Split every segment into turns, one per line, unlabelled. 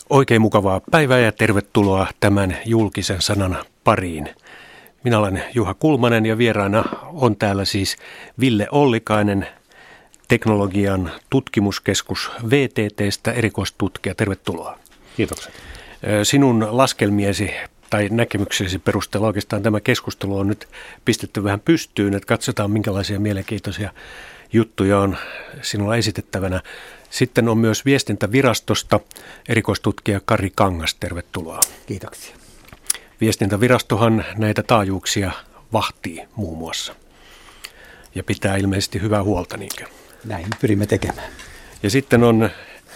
Oikein mukavaa päivää ja tervetuloa tämän julkisen sanan pariin. Minä olen Juha Kulmanen ja vieraana on täällä siis Ville Ollikainen, teknologian tutkimuskeskus VTT:stä erikoistutkija. Tervetuloa.
Kiitoksia.
Sinun laskelmiesi tai näkemyksesi perusteella oikeastaan tämä keskustelu on nyt pistetty vähän pystyyn, että katsotaan minkälaisia mielenkiintoisia juttuja on sinulla esitettävänä. Sitten on myös Viestintävirastosta erikoistutkija Kari Kangas. Tervetuloa.
Kiitoksia.
Viestintävirastohan näitä taajuuksia vahtii muun muassa ja pitää ilmeisesti hyvää huolta, niinkö?
Näin pyrimme tekemään.
Ja sitten on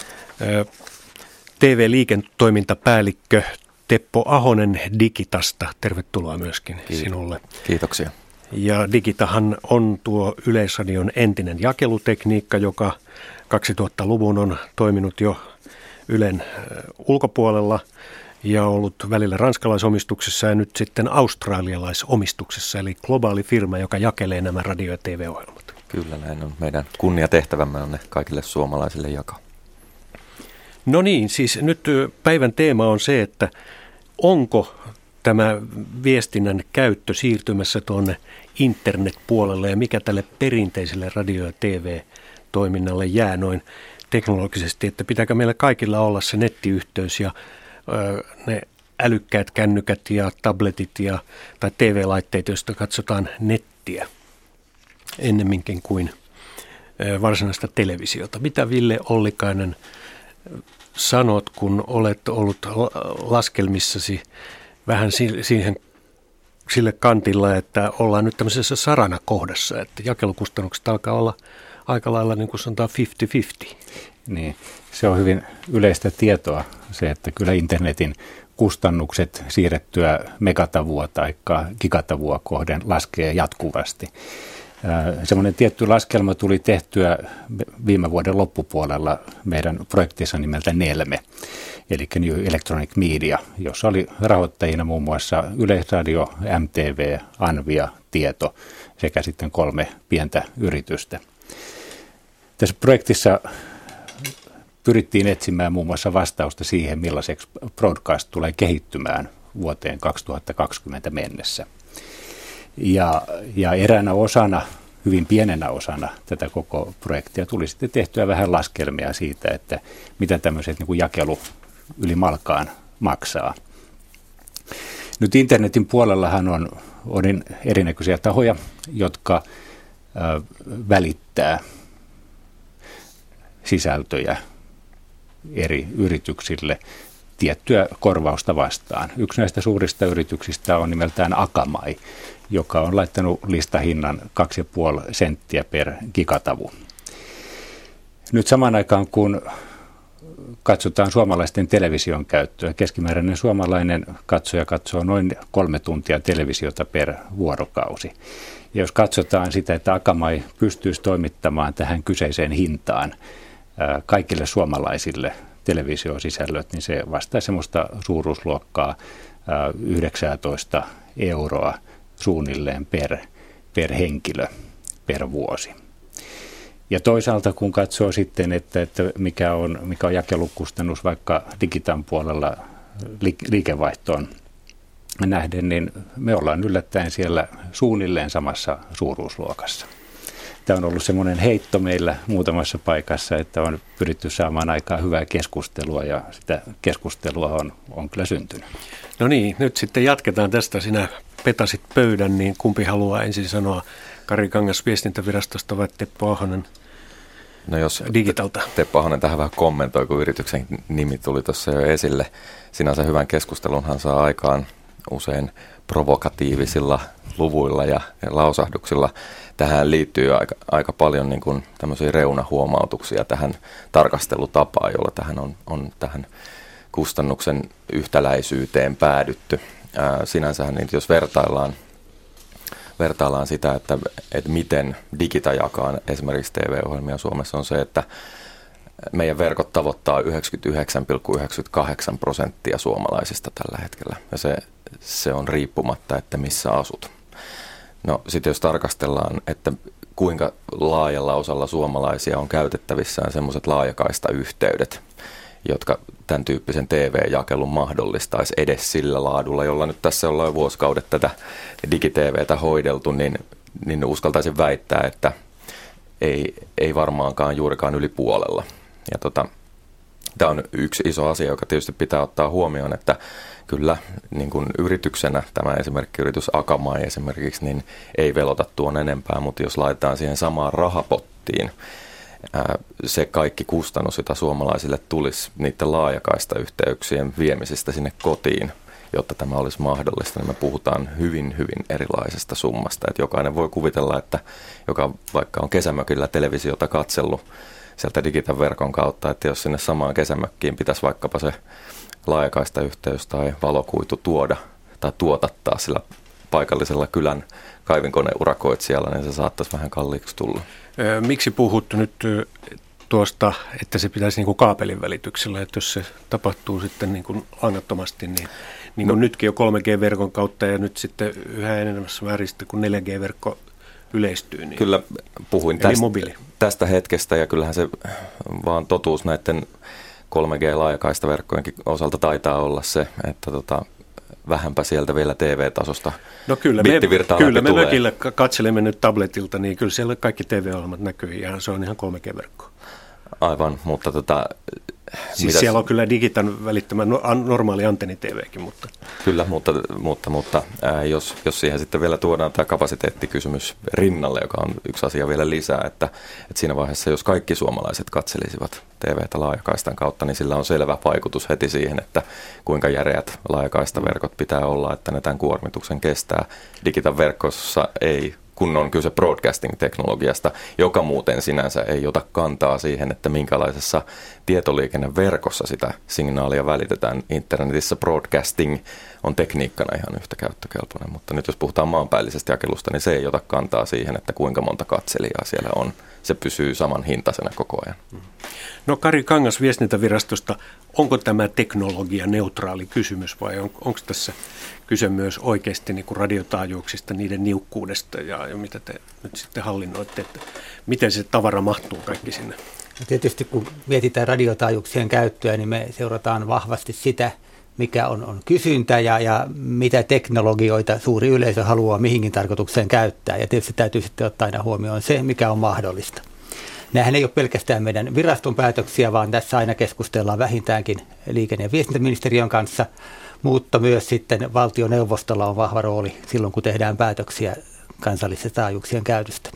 TV-liiketoimintapäällikkö Teppo Ahonen Digitasta. Tervetuloa myöskin sinulle.
Kiitoksia.
Ja Digitahan on tuo Yleisradion entinen jakelutekniikka, joka 2000-luvun on toiminut jo Ylen ulkopuolella ja ollut välillä ranskalaisomistuksessa ja nyt sitten australialaisomistuksessa, eli globaali firma, joka jakelee nämä radio- ja TV-ohjelmat.
Kyllä näin on. Meidän kunniatehtävämme on ne kaikille suomalaisille jakaa.
No niin, siis nyt päivän teema on se, että onko tämä viestinnän käyttö siirtymässä tuonne internetpuolelle ja mikä tälle perinteiselle radio- ja TV-toiminnalle jää noin teknologisesti, että pitääkö meillä kaikilla olla se nettiyhteys ja ne älykkäät kännykät ja tabletit tai TV-laitteet, joista katsotaan nettiä ennemminkin kuin varsinaista televisiota. Mitä Ville Ollikainen sanot, kun olet ollut laskelmissasi vähän sille kantilla, että ollaan nyt tämmöisessä saranakohdassa, että jakelukustannukset alkaa olla aika lailla niin kuin sanotaan 50-50.
Niin, se on hyvin yleistä tietoa se, että kyllä internetin kustannukset siirrettyä megatavua tai gigatavua kohden laskee jatkuvasti. Semmoinen tietty laskelma tuli tehtyä viime vuoden loppupuolella meidän projektissa nimeltä NELME, eli New Electronic Media, jossa oli rahoittajina muun muassa Yleisradio, MTV, Anvia, Tieto sekä sitten 3 pientä yritystä. Tässä projektissa pyrittiin etsimään muun muassa vastausta siihen, millaiseksi broadcast tulee kehittymään vuoteen 2020 mennessä. Ja eräänä osana, hyvin pienenä osana tätä koko projektia tuli sitten tehtyä vähän laskelmia siitä, että mitä tämmöiset niin kuin jakelu yli malkaan maksaa. Nyt internetin puolellahan on erinäköisiä tahoja, jotka välittää sisältöjä eri yrityksille tiettyä korvausta vastaan. Yksi näistä suurista yrityksistä on nimeltään Akamai, joka on laittanut listahinnan 2,5 senttiä per gigatavu. Nyt samaan aikaan, kun katsotaan suomalaisten television käyttöä, keskimääräinen suomalainen katsoja katsoo noin 3 tuntia televisiota per vuorokausi. Ja jos katsotaan sitä, että Akamai pystyisi toimittamaan tähän kyseiseen hintaan kaikille suomalaisille televisiosisällöt, niin se vastaa semmoista suuruusluokkaa 19 euroa suunnilleen per henkilö per vuosi. Ja toisaalta kun katsoo sitten, että mikä on jakelukustannus vaikka Digitan puolella liikevaihtoon nähden, niin me ollaan yllättäen siellä suunnilleen samassa suuruusluokassa. Tämä on ollut semmoinen heitto meillä muutamassa paikassa, että on pyritty saamaan aikaan hyvää keskustelua ja sitä keskustelua on kyllä syntynyt.
No niin, nyt sitten jatketaan tästä. Sinä petasit pöydän, niin kumpi haluaa ensin sanoa? Kari Kangas Viestintävirastosta vai Teppo Ahonen Digitalta?
Teppo Ahonen tähän vähän kommentoi, kun yrityksen nimi tuli tuossa jo esille. Sinänsä hyvän keskustelunhan saa aikaan usein provokatiivisilla luvuilla ja lausahduksilla. Tähän liittyy aika paljon niin kuin tämmöisiä reunahuomautuksia tähän tarkastelutapaan, jolla on tähän kustannuksen yhtäläisyyteen päädytty. Sinänsähän niin jos vertaillaan sitä, että miten Digita jakaa esimerkiksi TV-ohjelmia Suomessa, on se, että meidän verkot tavoittaa 99,98% suomalaisista tällä hetkellä. Ja se on riippumatta, että missä asut. No sitten jos tarkastellaan, että kuinka laajalla osalla suomalaisia on käytettävissään semmoiset laajakaistayhteydet, jotka tämän tyyppisen TV-jakelun mahdollistaisi edes sillä laadulla, jolla nyt tässä ollaan jo vuosikaudet tätä digi-TVtä hoideltu, niin uskaltaisin väittää, että ei varmaankaan juurikaan yli puolella. Ja tämä on yksi iso asia, joka tietysti pitää ottaa huomioon, että kyllä niin kuin yrityksenä tämä esimerkkiyritys Akamai esimerkiksi niin ei velota tuon enempää, mutta jos laitetaan siihen samaan rahapottiin se kaikki kustannus, jota suomalaisille tulisi niiden laajakaistayhteyksien viemisistä sinne kotiin, jotta tämä olisi mahdollista, niin me puhutaan hyvin, hyvin erilaisesta summasta. Että jokainen voi kuvitella, että joka vaikka on kesämökillä televisiota katsellut sieltä Digitan verkon kautta, että jos sinne samaan kesämökkiin pitäisi vaikkapa se laajakaistayhteys tai valokuitu tuoda tai tuotattaa sillä paikallisella kylän kaivinkoneurakoitsijalla, niin se saattaisi vähän kalliiksi tulla.
Miksi puhut nyt tuosta, että se pitäisi niin kuin kaapelin välityksellä, että jos se tapahtuu sitten niin kuin langattomasti, niin kuin nytkin jo 3G-verkon kautta ja nyt sitten yhä enemmässä määrin sitten, kun 4G-verkko yleistyy. Niin
kyllä puhuin tästä hetkestä ja kyllähän se vaan totuus näiden 3G-laajakaistaverkkojenkin osalta taitaa olla se, että vähänpä sieltä vielä TV-tasosta bittivirtaa
kyllä me mökillä katselemme nyt tabletilta, niin kyllä siellä kaikki TV-ohjelmat näkyy ja se on ihan 3G-verkko.
Aivan, mutta
siis siellä on kyllä Digitan välittämä normaali antenni-TVkin, mutta...
Kyllä, mutta jos siihen sitten vielä tuodaan tämä kapasiteettikysymys rinnalle, joka on yksi asia vielä lisää, että siinä vaiheessa, jos kaikki suomalaiset katselisivat TV:tä laajakaistan kautta, niin sillä on selvä vaikutus heti siihen, että kuinka järeät laajakaistaverkot pitää olla, että ne tämän kuormituksen kestää. Digitan verkossa ei, kun on kyse broadcasting-teknologiasta, joka muuten sinänsä ei ota kantaa siihen, että minkälaisessa tietoliikenneverkossa sitä signaalia välitetään. Internetissä broadcasting on tekniikkana ihan yhtä käyttökelpoinen, mutta nyt jos puhutaan maanpäällisestä jakelusta, niin se ei ota kantaa siihen, että kuinka monta katselijaa siellä on. Se pysyy saman hintaisena koko ajan.
No Kari Kangas Viestintävirastosta, onko tämä teknologia neutraali kysymys vai onko tässä kyse myös oikeasti niin kuin radiotaajuuksista, niiden niukkuudesta ja mitä te nyt sitten hallinnoitte, että miten se tavara mahtuu kaikki sinne?
Tietysti kun mietitään radiotaajuuksien käyttöä, niin me seurataan vahvasti sitä, mikä on kysyntä ja mitä teknologioita suuri yleisö haluaa mihinkin tarkoitukseen käyttää. Ja tietysti täytyy sitten ottaa aina huomioon se, mikä on mahdollista. Nämähän ei ole pelkästään meidän viraston päätöksiä, vaan tässä aina keskustellaan vähintäänkin liikenne- ja viestintäministeriön kanssa, mutta myös sitten valtioneuvostolla on vahva rooli silloin, kun tehdään päätöksiä kansallisesta taajuuksien käytöstä.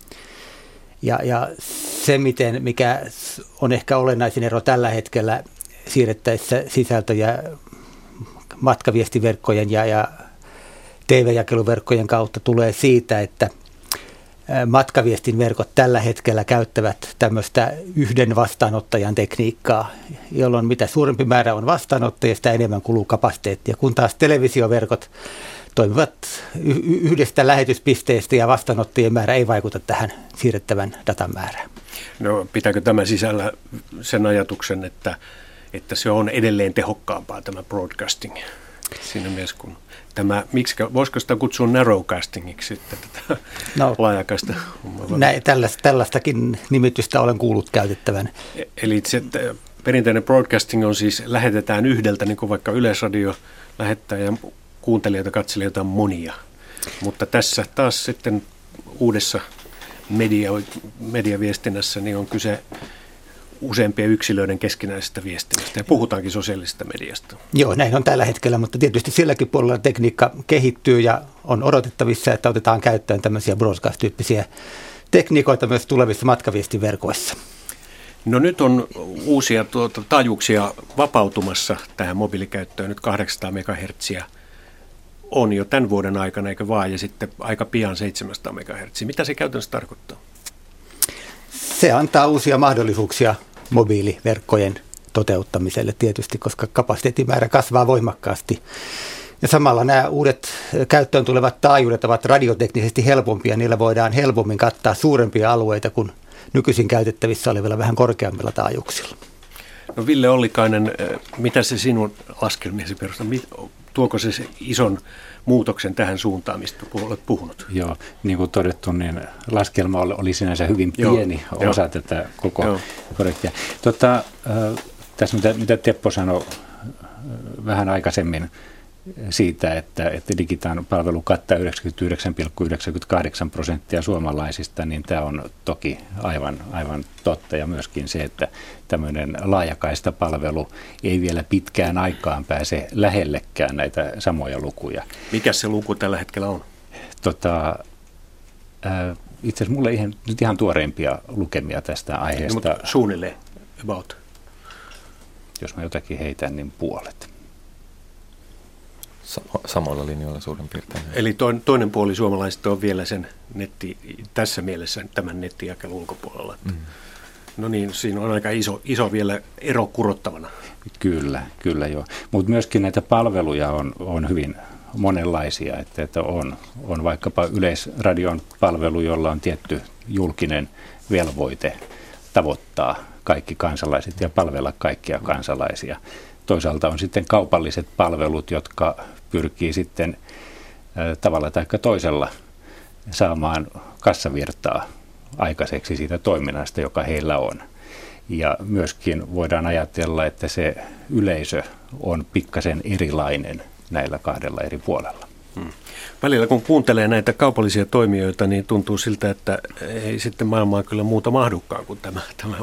Ja se, mikä on ehkä olennaisin ero tällä hetkellä siirrettäessä sisältöjä matkaviestiverkkojen ja TV-jakeluverkkojen kautta tulee siitä, että matkaviestinverkot tällä hetkellä käyttävät tämmöistä yhden vastaanottajan tekniikkaa, jolloin mitä suurempi määrä on vastaanottajia, sitä enemmän kuluu kapasiteettia, kun taas televisioverkot toimivat yhdestä lähetyspisteestä ja vastaanottajien määrä ei vaikuta tähän siirrettävän datan määrään. No
pitääkö tämä sisällä sen ajatuksen, että se on edelleen tehokkaampaa tämä broadcasting siinä mielessä, kun voisiko sitä kutsua narrowcastingiksi sitten tätä laajakaista?
Tällaistakin nimitystä olen kuullut käytettävän.
Eli se perinteinen broadcasting on siis, lähetetään yhdeltä, niin kuin vaikka Yleisradio lähettää ja kuuntelijoita, katselijoita on monia. Mutta tässä taas sitten uudessa mediaviestinnässä niin on kyse useampien yksilöiden keskinäisestä viestinnästä ja puhutaankin sosiaalisesta mediasta.
Joo, näin on tällä hetkellä, mutta tietysti silläkin puolella tekniikka kehittyy ja on odotettavissa, että otetaan käyttöön tämmöisiä broadcast-tyyppisiä tekniikoita myös tulevissa matkaviestiverkoissa.
No nyt on uusia taajuuksia vapautumassa tähän mobiilikäyttöön, nyt 800 MHz on jo tämän vuoden aikana, eikö vaan, ja sitten aika pian 700 MHz. Mitä se käytännössä tarkoittaa?
Se antaa uusia mahdollisuuksia mobiiliverkkojen toteuttamiselle tietysti, koska kapasiteettimäärä kasvaa voimakkaasti. Ja samalla nämä uudet käyttöön tulevat taajuudet ovat radioteknisesti helpompia. Niillä voidaan helpommin kattaa suurempia alueita kuin nykyisin käytettävissä olevilla vähän korkeammilla taajuuksilla.
No Ville Ollikainen, mitä se sinun laskelmiesi perustaa? Tuoko se ison muutoksen tähän suuntaan, mistä olet puhunut?
Joo, niin kuin todettu, niin laskelma oli sinänsä hyvin pieni osa tätä koko projektia. Tässä mitä Teppo sanoi vähän aikaisemmin siitä, että Digitan palvelu kattaa 99,98% suomalaisista, niin tämä on toki aivan totta. Ja myöskin se, että tämmöinen laajakaista palvelu ei vielä pitkään aikaan pääse lähellekään näitä samoja lukuja.
Mikä se luku tällä hetkellä on?
Itse asiassa mulla ei nyt ihan tuoreimpia lukemia tästä aiheesta.
No, suunnilleen about.
Jos mä jotakin heitän, niin puolet.
Samoilla linjoilla suurin piirtein.
Eli toinen puoli suomalaisista on vielä sen tässä mielessä tämän nettijakelun ulkopuolella. No niin, siinä on aika iso vielä ero kurottavana.
Kyllä joo. Mutta myöskin näitä palveluja on hyvin monenlaisia, että on vaikkapa Yleisradion palvelu, jolla on tietty julkinen velvoite tavoittaa kaikki kansalaiset ja palvella kaikkia kansalaisia. Toisaalta on sitten kaupalliset palvelut, jotka pyrkii sitten tavalla tai toisella saamaan kassavirtaa aikaiseksi siitä toiminnasta, joka heillä on. Ja myöskin voidaan ajatella, että se yleisö on pikkasen erilainen näillä kahdella eri puolella.
Välillä kun kuuntelee näitä kaupallisia toimijoita, niin tuntuu siltä, että ei sitten maailmaa kyllä muuta mahdukaan kuin tämä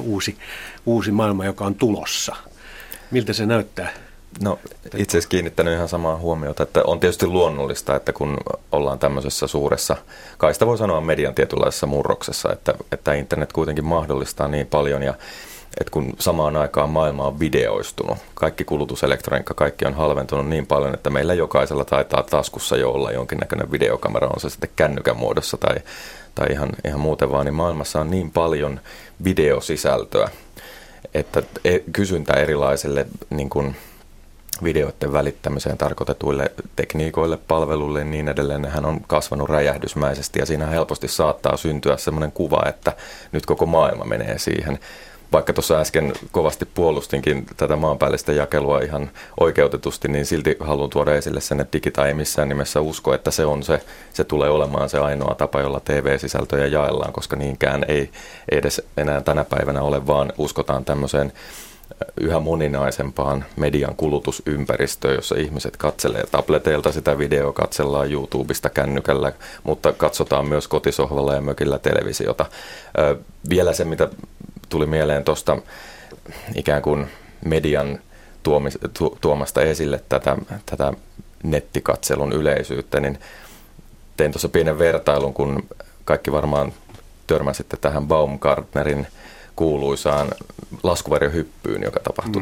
uusi maailma, joka on tulossa. Miltä se näyttää?
No itse asiassa kiinnittänyt ihan samaa huomiota, että on tietysti luonnollista, että kun ollaan tämmöisessä suuressa, kai sitä voi sanoa median tietynlaisessa murroksessa, että internet kuitenkin mahdollistaa niin paljon ja että kun samaan aikaan maailma on videoistunut, kaikki kulutuselektroniikka, kaikki on halventunut niin paljon, että meillä jokaisella taitaa taskussa jo olla jonkinnäköinen videokamera, on se sitten kännykän muodossa tai ihan muuten vaan, niin maailmassa on niin paljon videosisältöä, että kysyntä erilaisille niin kuin videoiden välittämiseen tarkoitetuille tekniikoille, palveluille ja niin edelleen, nehän on kasvanut räjähdysmäisesti ja siinä helposti saattaa syntyä semmoinen kuva, että nyt koko maailma menee siihen. Vaikka tuossa äsken kovasti puolustinkin tätä maanpäällistä jakelua ihan oikeutetusti, niin silti haluan tuoda esille sen, että Digita ei missään nimessä usko, että se tulee olemaan se ainoa tapa, jolla TV-sisältöjä jaellaan, koska niinkään ei edes enää tänä päivänä ole, vaan uskotaan tämmöiseen yhä moninaisempaan median kulutusympäristöön, jossa ihmiset katselee tableteilta sitä videoa, katsellaan YouTubesta kännykällä, mutta katsotaan myös kotisohvalla ja mökillä televisiota. Vielä se, mitä tuli mieleen tuosta ikään kuin median tuomasta esille tätä nettikatselun yleisyyttä, niin tein tuossa pienen vertailun, kun kaikki varmaan törmäsitte tähän Baumgartnerin kuuluisaan laskuvarjohyppyyn, joka tapahtui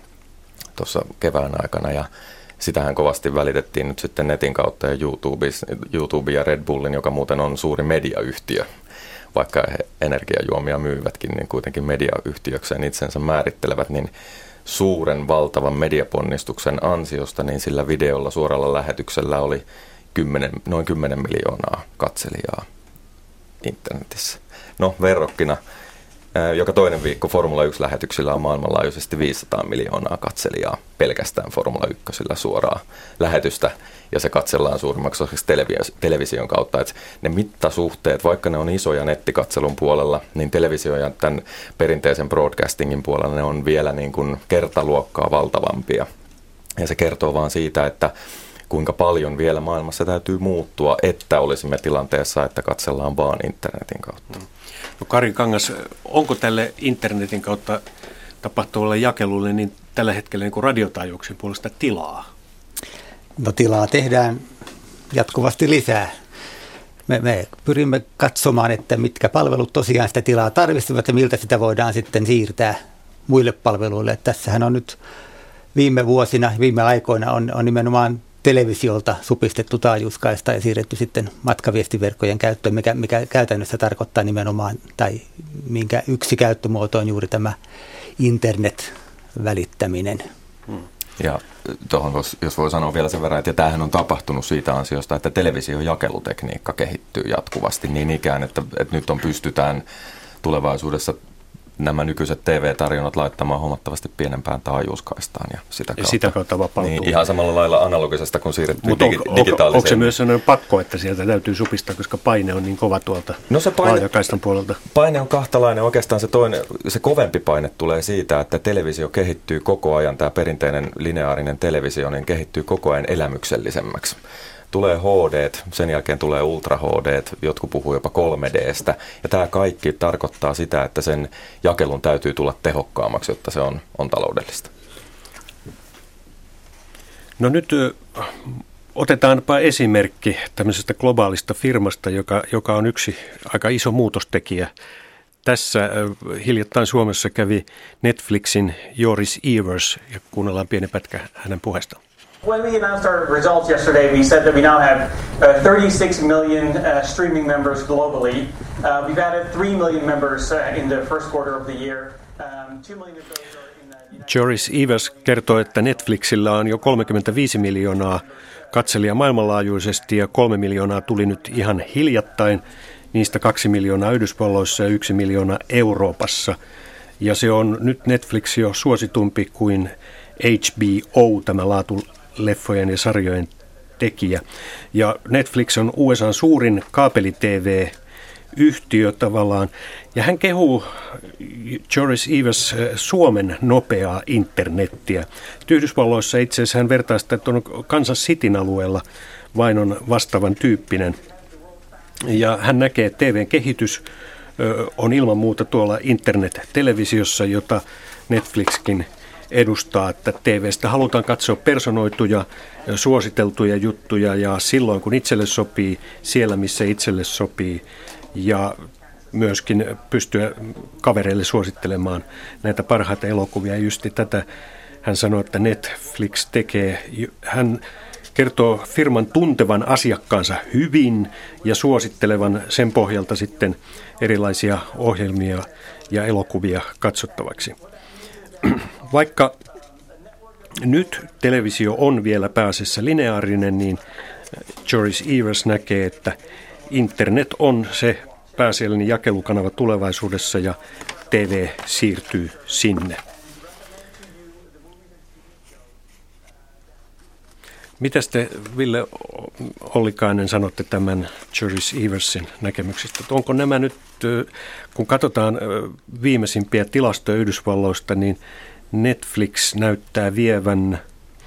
tuossa kevään aikana, ja sitähän kovasti välitettiin nyt sitten netin kautta ja YouTube ja Red Bullin, joka muuten on suuri mediayhtiö, vaikka he energiajuomia myyvätkin, niin kuitenkin mediayhtiökseen itsensä määrittelevät, niin suuren valtavan mediaponnistuksen ansiosta, niin sillä videolla suoralla lähetyksellä oli noin 10 miljoonaa katselijaa internetissä. No verrokkina, joka toinen viikko Formula 1-lähetyksillä on maailmanlaajuisesti 500 miljoonaa katselijaa pelkästään Formula 1:llä suoraa lähetystä, ja se katsellaan suurimmaksi osaksi television kautta. Et ne mittasuhteet, vaikka ne on isoja nettikatselun puolella, niin televisio ja tämän perinteisen broadcastingin puolella ne on vielä niin kuin kertaluokkaa valtavampia. Ja se kertoo vaan siitä, että kuinka paljon vielä maailmassa täytyy muuttua, että olisimme tilanteessa, että katsellaan vaan internetin kautta.
No Kari Kangas, onko tälle internetin kautta tapahtuvalle jakelulle niin tällä hetkellä niin kuin radiotaajuuksien puolesta tilaa?
No tilaa tehdään jatkuvasti lisää. Me pyrimme katsomaan, että mitkä palvelut tosiaan sitä tilaa tarvitsevat ja miltä sitä voidaan sitten siirtää muille palveluille. Tässähän on nyt viime aikoina on nimenomaan televisiolta supistettu taajuuskaista ja siirretty sitten matkaviestiverkkojen käyttöön, mikä käytännössä tarkoittaa nimenomaan, tai minkä yksi käyttömuoto on juuri tämä internet-välittäminen.
Ja tuohon, jos voi sanoa vielä sen verran, että tämähän on tapahtunut siitä ansiosta, että television jakelutekniikka kehittyy jatkuvasti niin ikään, että nyt pystytään tulevaisuudessa nämä nykyiset TV-tarjonnat laittamaan huomattavasti pienempään taajuuskaistaan ja
sitä kautta vapautuu.
Niin, ihan samalla lailla analogisesta, kun siirrettiin digitaaliseen.
Onko se myös sellainen pakko, että sieltä täytyy supistaa, koska paine on niin kova tuolta laajakaistan puolelta?
Paine on kahtalainen. Oikeastaan se kovempi paine tulee siitä, että televisio kehittyy koko ajan, tämä perinteinen lineaarinen televisio niin kehittyy koko ajan elämyksellisemmäksi. Tulee HD, sen jälkeen tulee Ultra HD, jotkut puhuu jopa 3D:stä. Ja tämä kaikki tarkoittaa sitä, että sen jakelun täytyy tulla tehokkaammaksi, jotta se on taloudellista.
No nyt otetaanpa esimerkki tämmöisestä globaalista firmasta, joka on yksi aika iso muutostekijä. Tässä hiljattain Suomessa kävi Netflixin Joris Ivers ja kuunnellaan pieni pätkä hänen puheestaan.
When we announced our results yesterday, we said that we now have 36 million streaming members globally. We've added 3 million members in the first quarter of the year. 2 million of those are in the
Joris Ivers kertoo, että Netflixillä on jo 35 miljoonaa katselijaa maailmanlaajuisesti ja 3 miljoonaa tuli nyt ihan hiljattain. Niistä 2 miljoonaa Yhdysvalloissa ja 1 miljoona Euroopassa. Ja se on nyt Netflix jo suositumpi kuin HBO, tämä laatuleffojen ja sarjojen tekijä. Ja Netflix on USA:n suurin kaapeli-TV-yhtiö tavallaan. Ja hän kehuu, Joris Ivers, Suomen nopeaa internettiä. Yhdysvalloissa itse asiassa hän vertaa sitä, että on Kansas Cityn alueella vain on vastaavan tyyppinen. Ja hän näkee, että TVn kehitys on ilman muuta tuolla internet-televisiossa, jota Netflixkin edustaa, että TVstä halutaan katsoa personoituja, suositeltuja juttuja ja silloin kun itselle sopii, siellä missä itselle sopii ja myöskin pystyä kavereille suosittelemaan näitä parhaita elokuvia. Ja just tätä hän sanoi, että Netflix tekee. Hän kertoo firman tuntevan asiakkaansa hyvin ja suosittelevan sen pohjalta sitten erilaisia ohjelmia ja elokuvia katsottavaksi. Vaikka nyt televisio on vielä pääasiassa lineaarinen, niin Joris Ivers näkee, että internet on se pääasiallinen jakelukanava tulevaisuudessa ja TV siirtyy sinne. Mitäs te, Ville Ollikainen, sanotte tämän Joris Iversin näkemyksistä? Onko nämä nyt, kun katsotaan viimeisimpiä tilastoja Yhdysvalloista, niin Netflix näyttää vievän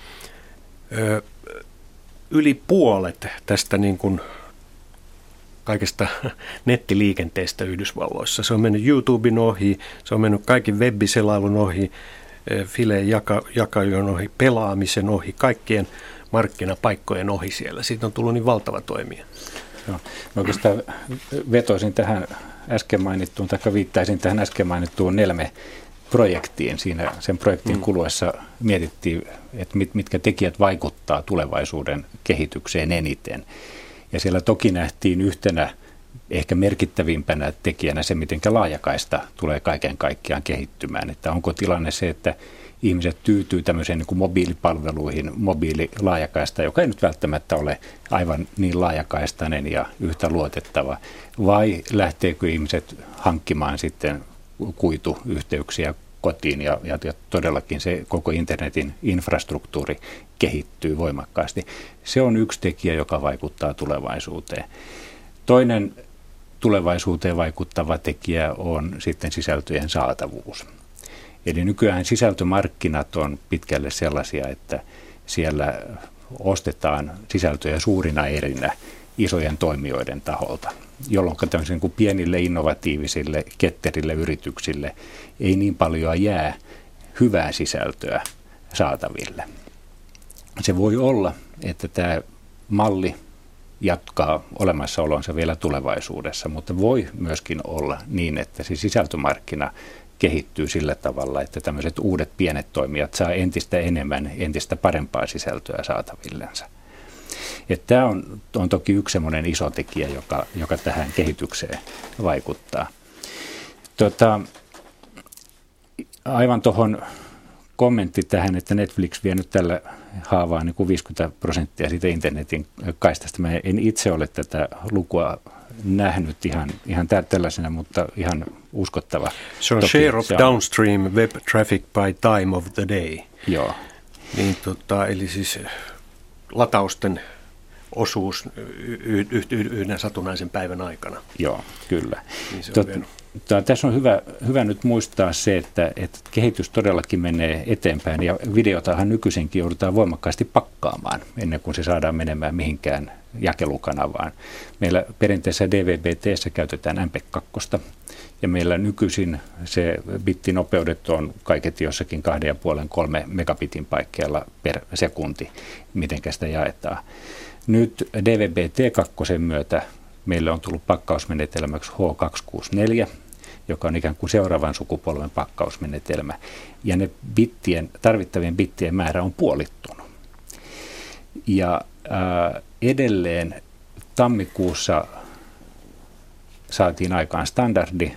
yli puolet tästä niin kuin kaikesta nettiliikenteestä Yhdysvalloissa. Se on mennyt YouTuben ohi, se on mennyt kaikki webiselailun ohi, fileen jakajon ohi, pelaamisen ohi, kaikkien markkinapaikkojen ohi siellä. Siitä on tullut niin valtava toimija.
Joo. Oikeastaan vetoisin tähän äsken mainittuun, tai viittaisin tähän äsken mainittuun Nelme-projektiin. Siinä sen projektin kuluessa mietittiin, että mitkä tekijät vaikuttaa tulevaisuuden kehitykseen eniten. Ja siellä toki nähtiin yhtenä ehkä merkittävimpänä tekijänä se, miten laajakaista tulee kaiken kaikkiaan kehittymään. Että onko tilanne se, että ihmiset tyytyy tämmöiseen niin kuin mobiilipalveluihin, mobiililaajakaista, joka ei nyt välttämättä ole aivan niin laajakaistainen ja yhtä luotettava, vai lähteekö ihmiset hankkimaan sitten kuituyhteyksiä kotiin ja todellakin se koko internetin infrastruktuuri kehittyy voimakkaasti. Se on yksi tekijä, joka vaikuttaa tulevaisuuteen. Toinen tulevaisuuteen vaikuttava tekijä on sitten sisältöjen saatavuus. Eli nykyään sisältömarkkinat on pitkälle sellaisia, että siellä ostetaan sisältöjä suurina erinä isojen toimijoiden taholta, jolloin tämmöisen kuin pienille innovatiivisille ketterille yrityksille ei niin paljon jää hyvää sisältöä saataville. Se voi olla, että tämä malli jatkaa olemassaolonsa vielä tulevaisuudessa, mutta voi myöskin olla niin, että se sisältömarkkina kehittyy sillä tavalla, että tämmöiset uudet pienet toimijat saa entistä enemmän, entistä parempaa sisältöä saatavillensa. Tämä on toki yksi semmoinen iso tekijä, joka tähän kehitykseen vaikuttaa. Aivan tuohon kommentti tähän, että Netflix vie nyt tällä haavaa niin kuin 50% siitä internetin kaistasta. Mä en itse ole tätä lukua nähnyt ihan tällaisena, mutta ihan uskottava.
Se on share of downstream web traffic by time of the day.
Joo.
Niin, eli siis latausten osuus yhden satunnaisen päivän aikana.
Joo, kyllä. Niin tässä on hyvä nyt muistaa se, että kehitys todellakin menee eteenpäin ja videotahan nykyisinkin joudutaan voimakkaasti pakkaamaan ennen kuin se saadaan menemään mihinkään jakelukanavaan. Meillä perinteisessä DVB-T:ssä käytetään MP2 ja meillä nykyisin se bittinopeudet on kaiketi jossakin 2,5-3 megabitin paikkeilla per sekunti, miten sitä jaetaan. Nyt DVB-T2 myötä meille on tullut pakkausmenetelmäksi H264, joka on ikään kuin seuraavan sukupolven pakkausmenetelmä. Ja ne tarvittavien bittien määrä on puolittunut. Ja edelleen tammikuussa saatiin aikaan standardi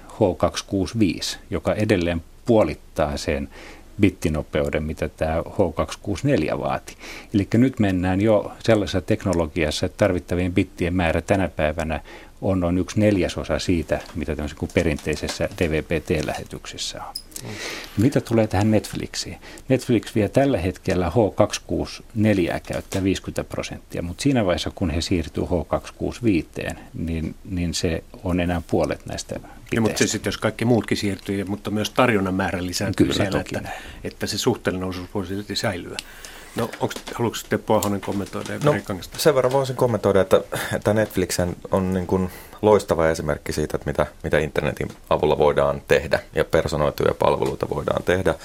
H265, joka edelleen puolittaa sen bittinopeuden, mitä tämä H264 vaati. Eli nyt mennään jo sellaisessa teknologiassa, että tarvittavien bittien määrä tänä päivänä on noin 1/4 siitä, mitä kuin perinteisessä DVB-T-lähetyksessä on. Mitä tulee tähän Netflixiin? Netflix vie tällä hetkellä H264 käyttää 50%, mutta siinä vaiheessa, kun he siirtyy H265, niin se on enää puolet näistä biteistä.
Mutta se sitten, jos kaikki muutkin siirtyy, mutta myös tarjonnan määrä lisääntyy siellä, että se suhteellinen osuus voi silti säilyä. No, haluatko Teppo Ahonen kommentoida?
No, sen verran voisin kommentoida, että Netflix on niin kuin loistava esimerkki siitä, että mitä internetin avulla voidaan tehdä ja personoituja palveluita voidaan tehdä.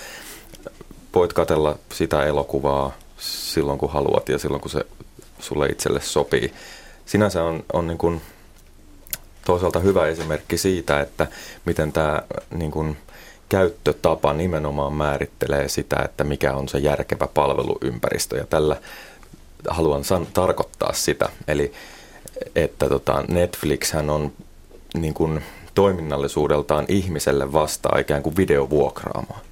Voit katsella sitä elokuvaa silloin, kun haluat ja silloin, kun se sulle itselle sopii. Sinänsä on niin kuin toisaalta hyvä esimerkki siitä, että miten tämä niin kuin käyttötapa nimenomaan määrittelee sitä, että mikä on se järkevä palveluympäristö. Ja tällä haluan tarkoittaa sitä. Eli että Netflixhän on niin kuin toiminnallisuudeltaan ihmiselle vastaa ikään kuin videovuokraamaan.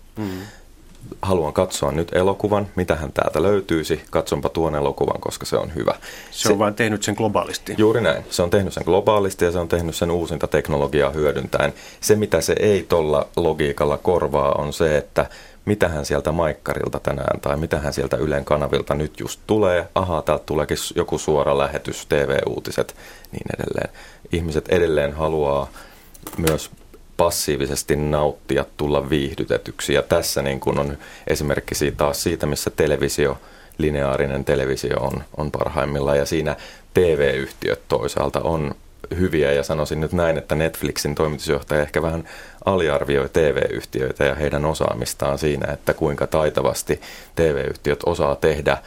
Haluan katsoa nyt elokuvan, mitähän täältä löytyisi, katsonpa tuon elokuvan, koska se on hyvä.
Se on vaan tehnyt sen globaalisti.
Juuri näin. Se on tehnyt sen globaalisti ja se on tehnyt sen uusinta teknologiaa hyödyntäen. Se, mitä se ei tuolla logiikalla korvaa, on se, että mitähän sieltä maikkarilta tänään tai mitähän sieltä Ylen kanavilta nyt just tulee. Ahaa, täältä tuleekin joku suora lähetys, TV-uutiset, niin edelleen. Ihmiset edelleen haluaa myös passiivisesti nauttia, tulla viihdytetyksi. Ja tässä niin kun on esimerkki siitä, missä lineaarinen televisio on parhaimmillaan. Ja siinä TV-yhtiöt toisaalta on hyviä. Ja sanoisin nyt näin, että Netflixin toimitusjohtaja ehkä vähän aliarvioi TV-yhtiöitä ja heidän osaamistaan siinä, että kuinka taitavasti TV-yhtiöt osaa tehdä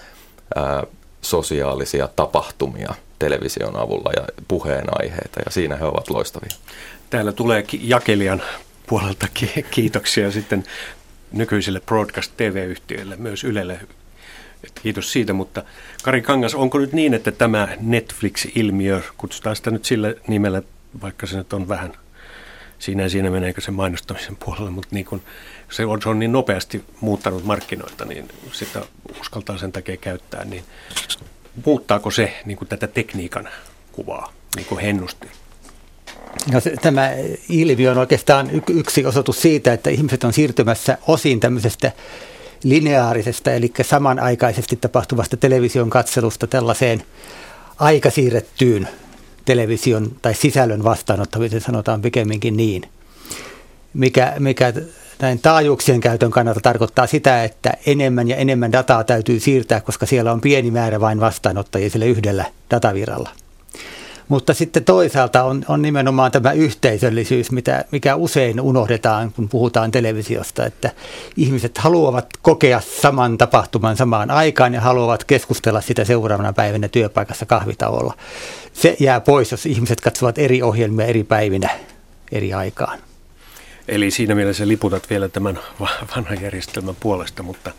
sosiaalisia tapahtumia television avulla ja puheenaiheita. Ja siinä he ovat loistavia.
Täällä tulee jakelijan puolelta kiitoksia sitten nykyisille broadcast TV-yhtiöille, myös Ylelle. Kiitos siitä, mutta Kari Kangas, onko nyt niin, että tämä Netflix-ilmiö, kutsutaan sitä nyt sillä nimellä, vaikka se nyt on vähän, siinä meneekö se mainostamisen puolelle, mutta niin kun se on niin nopeasti muuttanut markkinoita, niin sitä uskaltaa sen takia käyttää, niin muuttaako se niin kuin tätä tekniikan kuvaa, niin kuin hennusti?
No, tämä ilmiö on oikeastaan yksi osoitus siitä, että ihmiset on siirtymässä osin tämmöisestä lineaarisesta, eli samanaikaisesti tapahtuvasta television katselusta tällaiseen aikasiirrettyyn television tai sisällön vastaanottamiseen, sanotaan pikemminkin niin, mikä näin taajuuksien käytön kannalta tarkoittaa sitä, että enemmän ja enemmän dataa täytyy siirtää, koska siellä on pieni määrä vain vastaanottajia sillä yhdellä datavirralla. Mutta sitten toisaalta on nimenomaan tämä yhteisöllisyys, mikä usein unohdetaan, kun puhutaan televisiosta, että ihmiset haluavat kokea saman tapahtuman samaan aikaan ja haluavat keskustella sitä seuraavana päivänä työpaikassa kahvitauolla. Se jää pois, jos ihmiset katsovat eri ohjelmia eri päivinä eri aikaan.
Eli siinä mielessä liputat vielä tämän vanhan järjestelmän puolesta, mutta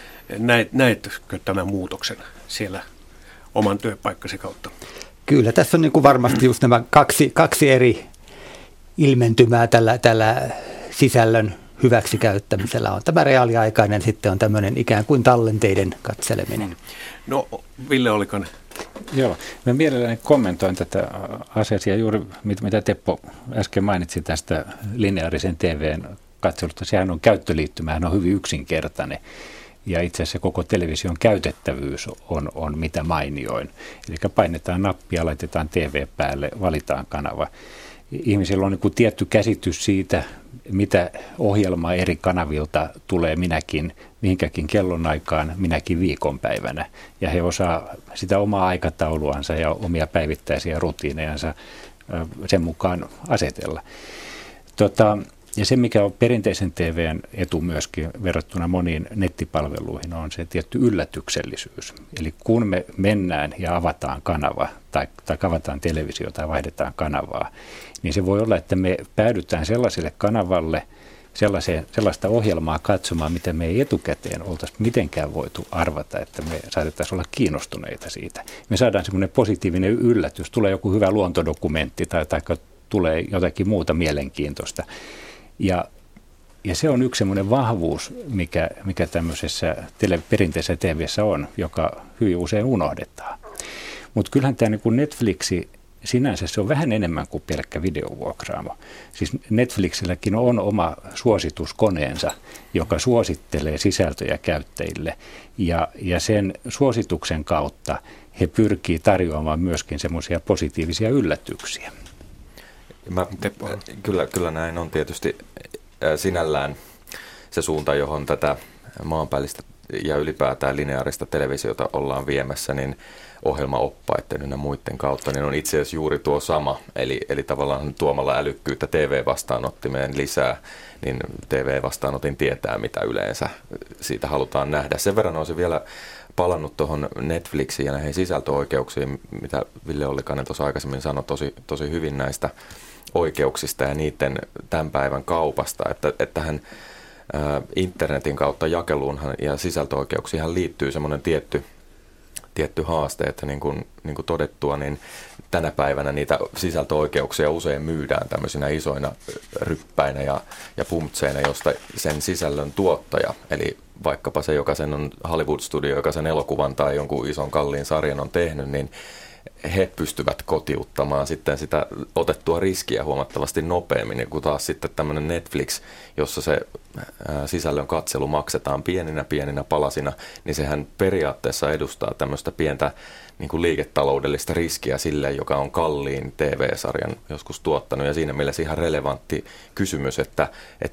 näetkö tämän muutoksen siellä oman työpaikkasi kautta?
Kyllä, tässä on niin kuin varmasti just nämä kaksi eri ilmentymää tällä sisällön hyväksikäyttämisellä. On tämä reaaliaikainen, sitten on tämmöinen ikään kuin tallenteiden katseleminen.
No Ville Ollikainen.
Joo, mä mielelläni kommentoin tätä asiaa juuri, mitä Teppo äsken mainitsi tästä lineaarisen TVn katselusta. Sehän on käyttöliittymähän on hyvin yksinkertainen. Ja itse asiassa koko television käytettävyys on mitä mainioin. Eli painetaan nappia, laitetaan TV päälle, valitaan kanava. Ihmisillä on niin kuin tietty käsitys siitä, mitä ohjelmaa eri kanavilta tulee mihinkäkin kellonaikaan, minäkin viikonpäivänä. Ja he osaa sitä omaa aikatauluansa ja omia päivittäisiä rutiinejansa sen mukaan asetella. Ja se, mikä on perinteisen TVn etu myöskin verrattuna moniin nettipalveluihin, on se tietty yllätyksellisyys. Eli kun me mennään ja avataan kanava tai avataan televisio tai vaihdetaan kanavaa, niin se voi olla, että me päädytään sellaiselle kanavalle, sellaista ohjelmaa katsomaan, mitä me ei etukäteen oltaisi mitenkään voitu arvata, että me saatettaisiin olla kiinnostuneita siitä. Me saadaan semmoinen positiivinen yllätys, tulee joku hyvä luontodokumentti tai tulee jotakin muuta mielenkiintoista. Ja se on yksi semmoinen vahvuus, mikä tämmöisessä perinteisessä TV:ssä on, joka hyvin usein unohdetaan. Mutta kyllähän tämä niin Netflixi sinänsä se on vähän enemmän kuin pelkkä videovuokraamo. Siis Netflixilläkin on oma suosituskoneensa, joka suosittelee sisältöjä käyttäjille. Ja sen suosituksen kautta he pyrkii tarjoamaan myöskin semmoisia positiivisia yllätyksiä.
Kyllä näin on tietysti sinällään se suunta, johon tätä maanpäällistä ja ylipäätään lineaarista televisiota ollaan viemässä, niin ohjelmaoppaiden ja muiden kautta, niin on itse asiassa juuri tuo sama. Eli tavallaan tuomalla älykkyyttä TV-vastaanottimeen lisää, niin TV-vastaanotin tietää, mitä yleensä siitä halutaan nähdä. Sen verran on se vielä palannut tuohon Netflixiin ja näihin sisältöoikeuksiin, mitä Ville Ollikainen tuossa aikaisemmin sanoi tosi hyvin näistä oikeuksista ja niiden tämän päivän kaupasta, että tähän internetin kautta jakeluunhan ja sisältöoikeuksiinhan liittyy semmoinen tietty haaste, että niin kuin todettua, niin tänä päivänä niitä sisältöoikeuksia usein myydään tämmöisinä isoina ryppäinä ja pumptseina, josta sen sisällön tuottaja, eli vaikkapa se, joka sen on Hollywood-studio, joka sen elokuvan tai jonkun ison kalliin sarjan on tehnyt, niin he pystyvät kotiuttamaan sitten sitä otettua riskiä huomattavasti nopeammin, kuin taas sitten tämmöinen Netflix, jossa se sisällön katselu maksetaan pieninä palasina, niin sehän periaatteessa edustaa tämmöistä pientä niin kuin liiketaloudellista riskiä sille, joka on kalliin TV-sarjan joskus tuottanut. Ja siinä mielessä ihan relevantti kysymys, että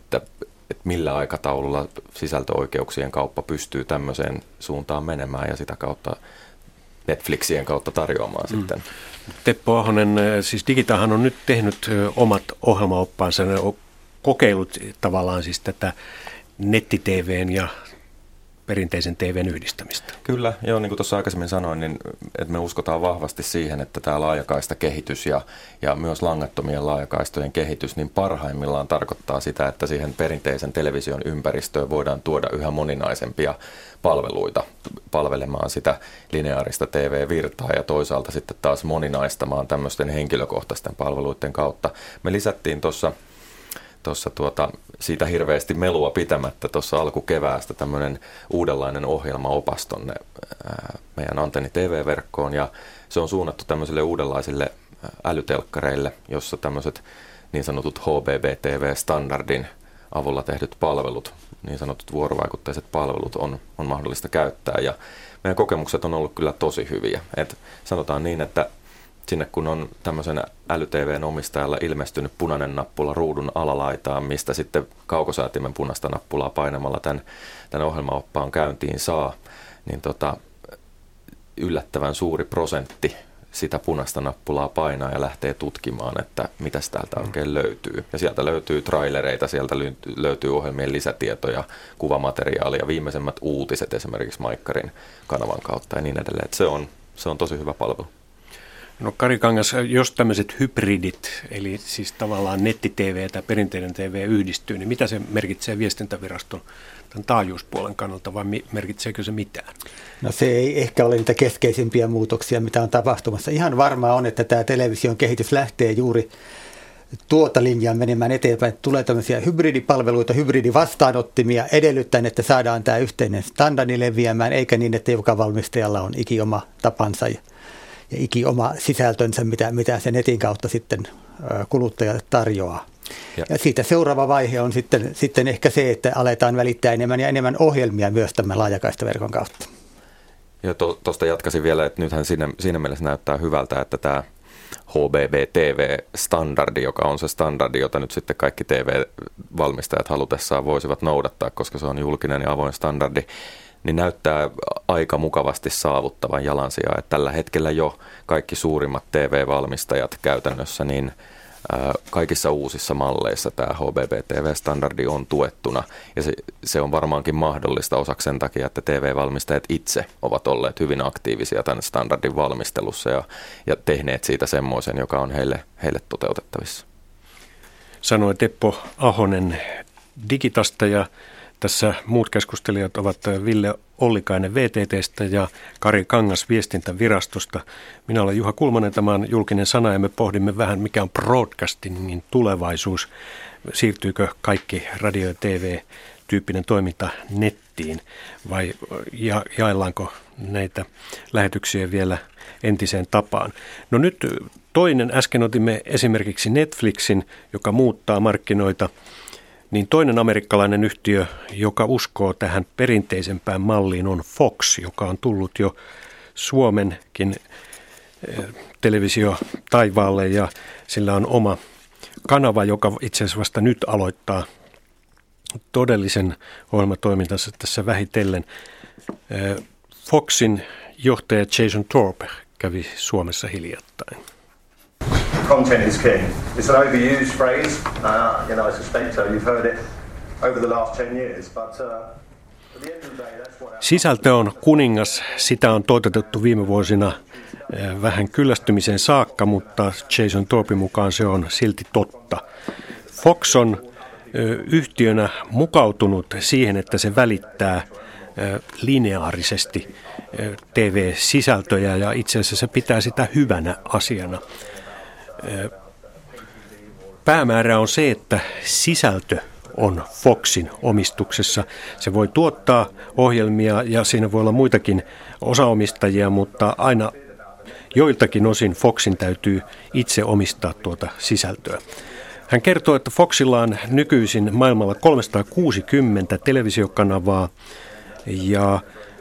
millä aikataululla sisältöoikeuksien kauppa pystyy tämmöiseen suuntaan menemään ja sitä kautta Netflixien kautta tarjoamaan sitten.
Teppo Ahonen, siis Digitahan on nyt tehnyt omat ohjelmaoppaansa, ne on kokeillut tavallaan siis tätä netti-TVn ja perinteisen TVn yhdistämistä.
Kyllä, joo, niin kuin tuossa aikaisemmin sanoin, niin että me uskotaan vahvasti siihen, että tämä laajakaista kehitys ja myös langattomien laajakaistojen kehitys, niin parhaimmillaan tarkoittaa sitä, että siihen perinteisen television ympäristöön voidaan tuoda yhä moninaisempia palveluita palvelemaan sitä lineaarista TV-virtaa ja toisaalta sitten taas moninaistamaan tämmöisten henkilökohtaisten palveluiden kautta. Me lisättiin tuossa siitä hirveästi melua pitämättä tuossa alkukeväästä tämmöinen uudenlainen ohjelmaopas tonne meidän Antenni TV-verkkoon ja se on suunnattu tämmöisille uudenlaisille älytelkkareille, jossa tämmöiset niin sanotut HBB-TV-standardin avulla tehdyt palvelut, niin sanotut vuorovaikutteiset palvelut on mahdollista käyttää ja meidän kokemukset on ollut kyllä tosi hyviä. Et sanotaan niin, että sinne kun on tämmöisen äly-TVn omistajalla ilmestynyt punainen nappula ruudun alalaitaan, mistä sitten kaukosäätimen punaista nappulaa painamalla tämän ohjelmaoppaan käyntiin saa, niin yllättävän suuri prosentti sitä punaista nappulaa painaa ja lähtee tutkimaan, että mitäs täältä oikein löytyy. Ja sieltä löytyy trailereita, sieltä löytyy ohjelmien lisätietoja, kuvamateriaalia, viimeisemmät uutiset esimerkiksi Maikkarin kanavan kautta ja niin edelleen. Että se on tosi hyvä palvelu.
No Kari Kangas, jos tämmöiset hybridit, eli siis tavallaan netti-TV tai perinteinen TV yhdistyy, niin mitä se merkitsee viestintäviraston tämän taajuuspuolen kannalta vai merkitseekö se mitään?
No se ei ehkä ole niitä keskeisimpiä muutoksia, mitä on tapahtumassa. Ihan varmaa on, että tämä television kehitys lähtee juuri tuota linjaa menemään eteenpäin. Tulee tämmöisiä hybridipalveluita, hybridivastaanottimia edellyttäen, että saadaan tämä yhteinen standardi leviämään, eikä niin, että joka valmistajalla on oma tapansa ja oma sisältönsä, mitä se netin kautta sitten kuluttajalle tarjoaa. Ja siitä seuraava vaihe on sitten ehkä se, että aletaan välittää enemmän ja enemmän ohjelmia myös tämän laajakaistaverkon kautta.
Ja tuosta jatkaisin vielä, että nythän siinä mielessä näyttää hyvältä, että tämä HBB-TV-standardi, joka on se standardi, jota nyt sitten kaikki TV-valmistajat halutessaan voisivat noudattaa, koska se on julkinen ja avoin standardi, niin näyttää aika mukavasti saavuttavan jalansijaa. Että tällä hetkellä jo kaikki suurimmat TV-valmistajat käytännössä, niin kaikissa uusissa malleissa tämä HBB-TV-standardi on tuettuna. Ja se on varmaankin mahdollista osaksi sen takia, että TV-valmistajat itse ovat olleet hyvin aktiivisia tämän standardin valmistelussa ja tehneet siitä semmoisen, joka on heille toteutettavissa.
Sanoi Teppo Ahonen Digitasta ja tässä muut keskustelijat ovat Ville Ollikainen VTT:stä ja Kari Kangas Viestintävirastosta. Minä olen Juha Kulmanen, tämä on Julkinen sana ja me pohdimme vähän, mikä on broadcastingin tulevaisuus. Siirtyykö kaikki radio- ja TV-tyyppinen toiminta nettiin vai jaellaanko näitä lähetyksiä vielä entiseen tapaan? No nyt toinen, äsken otimme esimerkiksi Netflixin, joka muuttaa markkinoita. Niin toinen amerikkalainen yhtiö, joka uskoo tähän perinteisempään malliin, on Fox, joka on tullut jo Suomenkin televisio taivaalle ja sillä on oma kanava, joka itse asiassa vasta nyt aloittaa todellisen ohjelmatoimintansa tässä vähitellen. Foxin johtaja Jason Thorpe kävi Suomessa hiljattain.
Content is king. It's an overused phrase. I suspect you've heard it over the last 10 years, but at the end of the day, that's what...
Sisältö on kuningas. Sitä on toitotettu viime vuosina vähän kyllästymiseen saakka, mutta Jason Thorpen mukaan se on silti totta. Fox on yhtiönä mukautunut siihen, että se välittää lineaarisesti TV-sisältöjä ja itse asiassa se pitää sitä hyvänä asiana. Päämäärä on se, että sisältö on Foxin omistuksessa. Se voi tuottaa ohjelmia ja siinä voi olla muitakin osaomistajia, mutta aina joiltakin osin Foxin täytyy itse omistaa tuota sisältöä. Hän kertoo, että Foxilla on nykyisin maailmalla 360 televisiokanavaa ja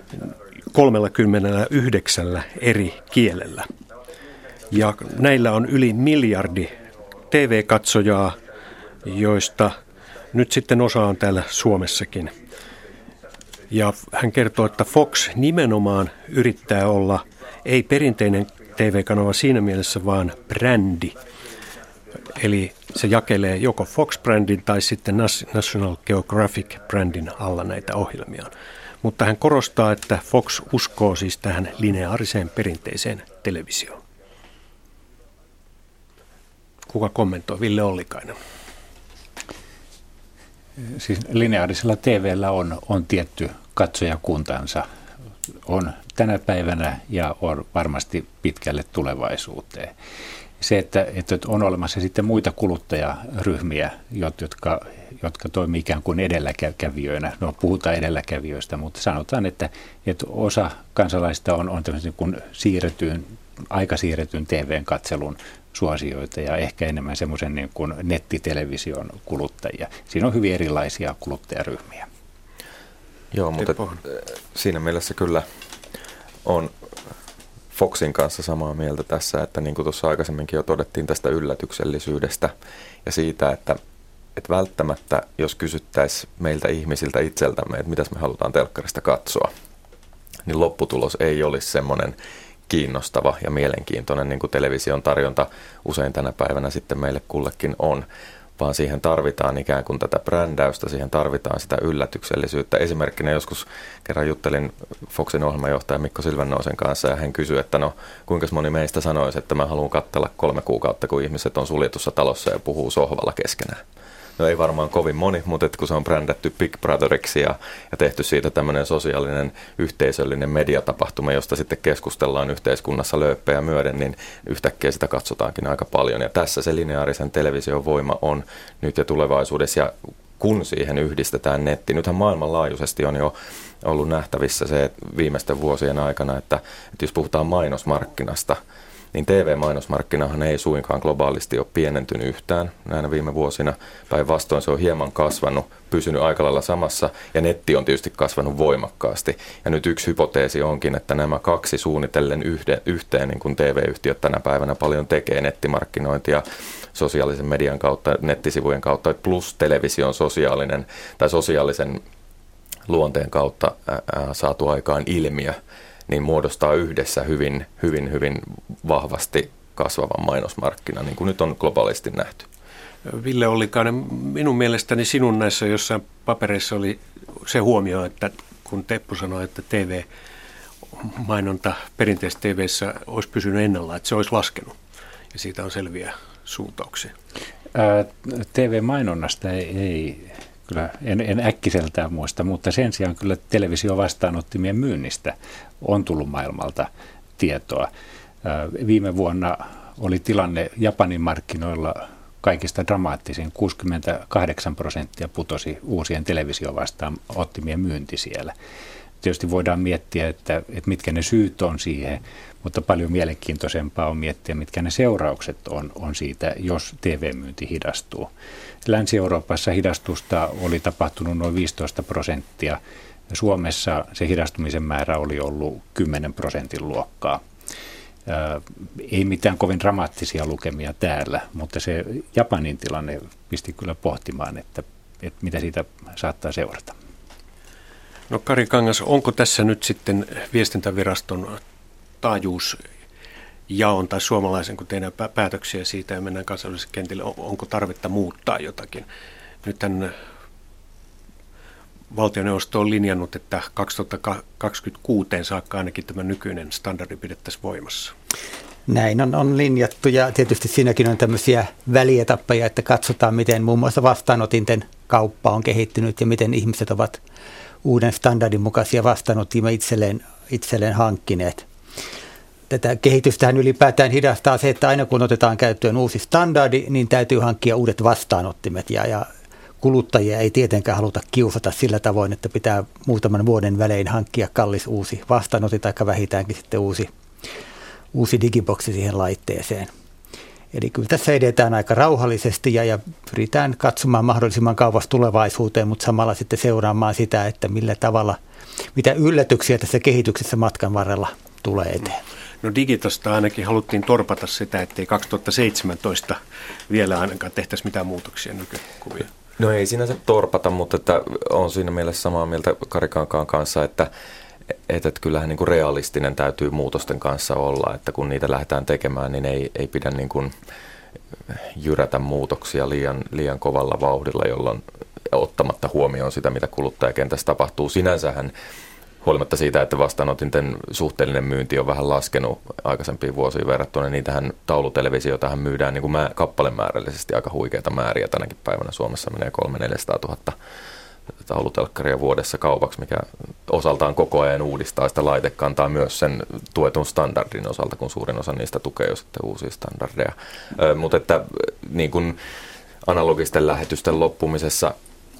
39 eri kielellä. Ja näillä on yli 1 miljardi TV-katsojaa, joista nyt sitten osa on täällä Suomessakin. Ja hän kertoo, että Fox nimenomaan yrittää olla ei perinteinen TV-kanava siinä mielessä, vaan brändi. Eli se jakelee joko Fox-brändin tai sitten National Geographic-brändin alla näitä ohjelmia. Mutta hän korostaa, että Fox uskoo siis tähän lineaariseen perinteiseen televisioon. Kuka kommentoi? Ville Ollikainen.
Siis lineaarisella TV:llä on tietty katsojakuntansa. On tänä päivänä ja on varmasti pitkälle tulevaisuuteen. Se, että on olemassa sitten muita kuluttajaryhmiä, jotka toimii ikään kuin edelläkävijöinä. No, puhutaan edelläkävijöistä, mutta sanotaan, että osa kansalaista on tämmöisen kuin aika siirretyn TV:n katselun suosioita ja ehkä enemmän semmoisen niin kuin nettitelevision kuluttajia. Siinä on hyvin erilaisia kuluttajaryhmiä.
Joo, mutta siinä mielessä kyllä on Foxin kanssa samaa mieltä tässä, että niin kuin tuossa aikaisemminkin jo todettiin tästä yllätyksellisyydestä ja siitä, että välttämättä jos kysyttäisiin meiltä ihmisiltä itseltämme, että mitäs me halutaan telkkarista katsoa, niin lopputulos ei olisi semmoinen kiinnostava ja mielenkiintoinen, niin kuin television tarjonta usein tänä päivänä sitten meille kullekin on, vaan siihen tarvitaan ikään kuin tätä brändäystä, siihen tarvitaan sitä yllätyksellisyyttä. Esimerkkinä joskus kerran juttelin Foxin ohjelmajohtaja Mikko Silvennousen kanssa ja hän kysyi, että no kuinka moni meistä sanoisi, että mä haluan katsella 3 kuukautta, kun ihmiset on suljetussa talossa ja puhuu sohvalla keskenään. No ei varmaan kovin moni, mutta kun se on brändätty Big Brotheriksi ja tehty siitä tämmöinen sosiaalinen yhteisöllinen mediatapahtuma, josta sitten keskustellaan yhteiskunnassa lööppejä myöden, niin yhtäkkiä sitä katsotaankin aika paljon. Ja tässä se lineaarisen television voima on nyt ja tulevaisuudessa. Ja kun siihen yhdistetään netti, nythän maailmanlaajuisesti on jo ollut nähtävissä se että viimeisten vuosien aikana, että jos puhutaan mainosmarkkinasta, niin TV-mainosmarkkinahan ei suinkaan globaalisti ole pienentynyt yhtään näinä viime vuosina. Päinvastoin se on hieman kasvanut, pysynyt aika lailla samassa ja netti on tietysti kasvanut voimakkaasti. Ja nyt yksi hypoteesi onkin, että nämä kaksi suunnitellen yhteen, niin kuin TV-yhtiöt tänä päivänä paljon tekee nettimarkkinointia sosiaalisen median kautta, nettisivujen kautta, plus television sosiaalisen luonteen kautta saatu aikaan ilmiö, niin muodostaa yhdessä hyvin vahvasti kasvavan mainosmarkkinan, niin kuin nyt on globaalisti nähty.
Ville Ollikainen, minun mielestäni sinun näissä jossain papereissa oli se huomio, että kun Teppo sanoi, että TV-mainonta perinteisessä TV:ssä olisi pysynyt ennallaan, että se olisi laskenut ja siitä on selviä suuntauksia.
TV-mainonnasta ei kyllä, en äkkiseltään muista, mutta sen sijaan kyllä televisiovastaanottimien myynnistä on tullut maailmalta tietoa. Viime vuonna oli tilanne Japanin markkinoilla kaikista dramaattisin, 68% putosi uusien televisiovastaanottimien myynti siellä. Tietysti voidaan miettiä, että mitkä ne syyt on siihen, mutta paljon mielenkiintoisempaa on miettiä, mitkä ne seuraukset on siitä, jos TV-myynti hidastuu. Länsi-Euroopassa hidastusta oli tapahtunut noin 15%. Suomessa se hidastumisen määrä oli ollut 10% luokkaa. Ei mitään kovin dramaattisia lukemia täällä, mutta se Japanin tilanne pisti kyllä pohtimaan, että mitä siitä saattaa seurata.
No Kari Kangas, onko tässä nyt sitten viestintäviraston taajuusjaon tai suomalaisen, kun tehdään päätöksiä siitä ja mennään kansalliselle kentille, onko tarvetta muuttaa jotakin? Nythän valtioneuvosto on linjannut, että 2026 saakka ainakin tämä nykyinen standardi pidettäisiin voimassa.
Näin on linjattu ja tietysti siinäkin on tämmöisiä välietappeja, että katsotaan miten muun muassa vastaanotinten kauppa on kehittynyt ja miten ihmiset ovat uuden standardin mukaisia vastaanottimia itselleen hankkineet. Tätä kehitystähän ylipäätään hidastaa se, että aina kun otetaan käyttöön uusi standardi, niin täytyy hankkia uudet vastaanottimet ja kuluttajia ei tietenkään haluta kiusata sillä tavoin, että pitää muutaman vuoden välein hankkia kallis uusi vastaanotti tai vähintäänkin sitten uusi digiboksi siihen laitteeseen. Eli kyllä tässä edetään aika rauhallisesti ja pyritään katsomaan mahdollisimman kauas tulevaisuuteen, mutta samalla sitten seuraamaan sitä, että millä tavalla, mitä yllätyksiä tässä kehityksessä matkan varrella tulee eteen.
No Digitosta ainakin haluttiin torpata sitä, ettei 2017 vielä ainakaan tehtäisi mitään muutoksia nykykuvia.
No ei sinänsä torpata, mutta että on siinä mielessä samaa mieltä Kari Kankaan kanssa, että kyllähän niin kuin realistinen täytyy muutosten kanssa olla, että kun niitä lähdetään tekemään, niin ei pidä niin kuin jyrätä muutoksia liian kovalla vauhdilla, jolloin ottamatta huomioon sitä, mitä kuluttajakentässä tapahtuu. Sinänsähän huolimatta siitä, että vastaanotinten suhteellinen myynti on vähän laskenut aikaisempiin vuosiin verrattuna, niin niitähän taulutelevisioitahan myydään niin kuin kappalemäärällisesti aika huikeita määriä. Tänäkin päivänä Suomessa menee 300 000-400 000 taulutelkkaria vuodessa kaupaksi, mikä osaltaan koko ajan uudistaa sitä laitekantaa myös sen tuetun standardin osalta, kun suurin osa niistä tukee jo sitten uusia standardeja. Mutta että niin kuin analogisten lähetysten loppumisessa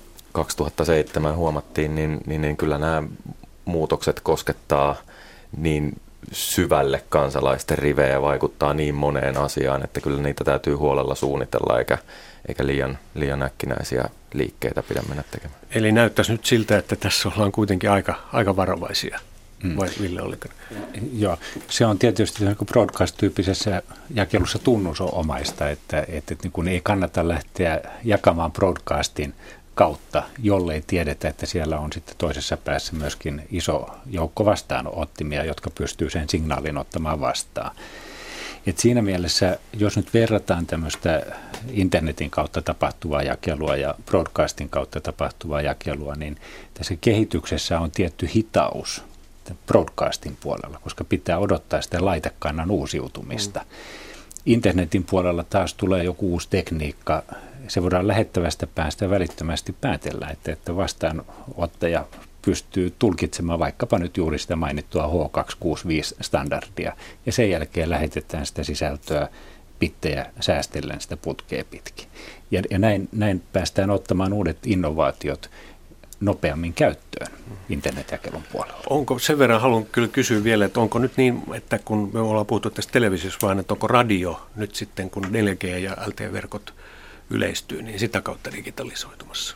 2007 huomattiin, niin kyllä nämä muutokset koskettaa niin syvälle kansalaisten rivejä ja vaikuttaa niin moneen asiaan, että kyllä niitä täytyy huolella suunnitella eikä liian äkkinäisiä liikkeitä pidä mennä tekemään.
Eli näyttäisi nyt siltä, että tässä ollaan kuitenkin aika varovaisia, vai Ville Ollikainen?
Joo, se on tietysti broadcast-tyyppisessä jakelussa tunnusomaista, että niin kun ei kannata lähteä jakamaan broadcastin kautta, jollei tiedetä, että siellä on sitten toisessa päässä myöskin iso joukko vastaanottimia, jotka pystyy sen signaalin ottamaan vastaan. Et siinä mielessä, jos nyt verrataan tämmöistä internetin kautta tapahtuvaa jakelua ja broadcastin kautta tapahtuvaa jakelua, niin tässä kehityksessä on tietty hitaus broadcastin puolella, koska pitää odottaa sitä laitekannan uusiutumista. Internetin puolella taas tulee joku uusi tekniikka se voidaan lähettävästä päästä välittömästi päätellä, että vastaanottaja pystyy tulkitsemaan vaikkapa nyt juuri sitä mainittua H265-standardia, ja sen jälkeen lähetetään sitä sisältöä bittejä säästellen sitä putkea pitkin. Ja näin päästään ottamaan uudet innovaatiot nopeammin käyttöön internetjakelun puolella.
Onko, sen verran haluan kyllä kysyä vielä, että onko nyt niin, että kun me ollaan puhuttu tästä televisiossa vaan, että onko radio nyt sitten, kun 4G ja LTE-verkot yleistyy, niin sitä kautta digitalisoitumassa?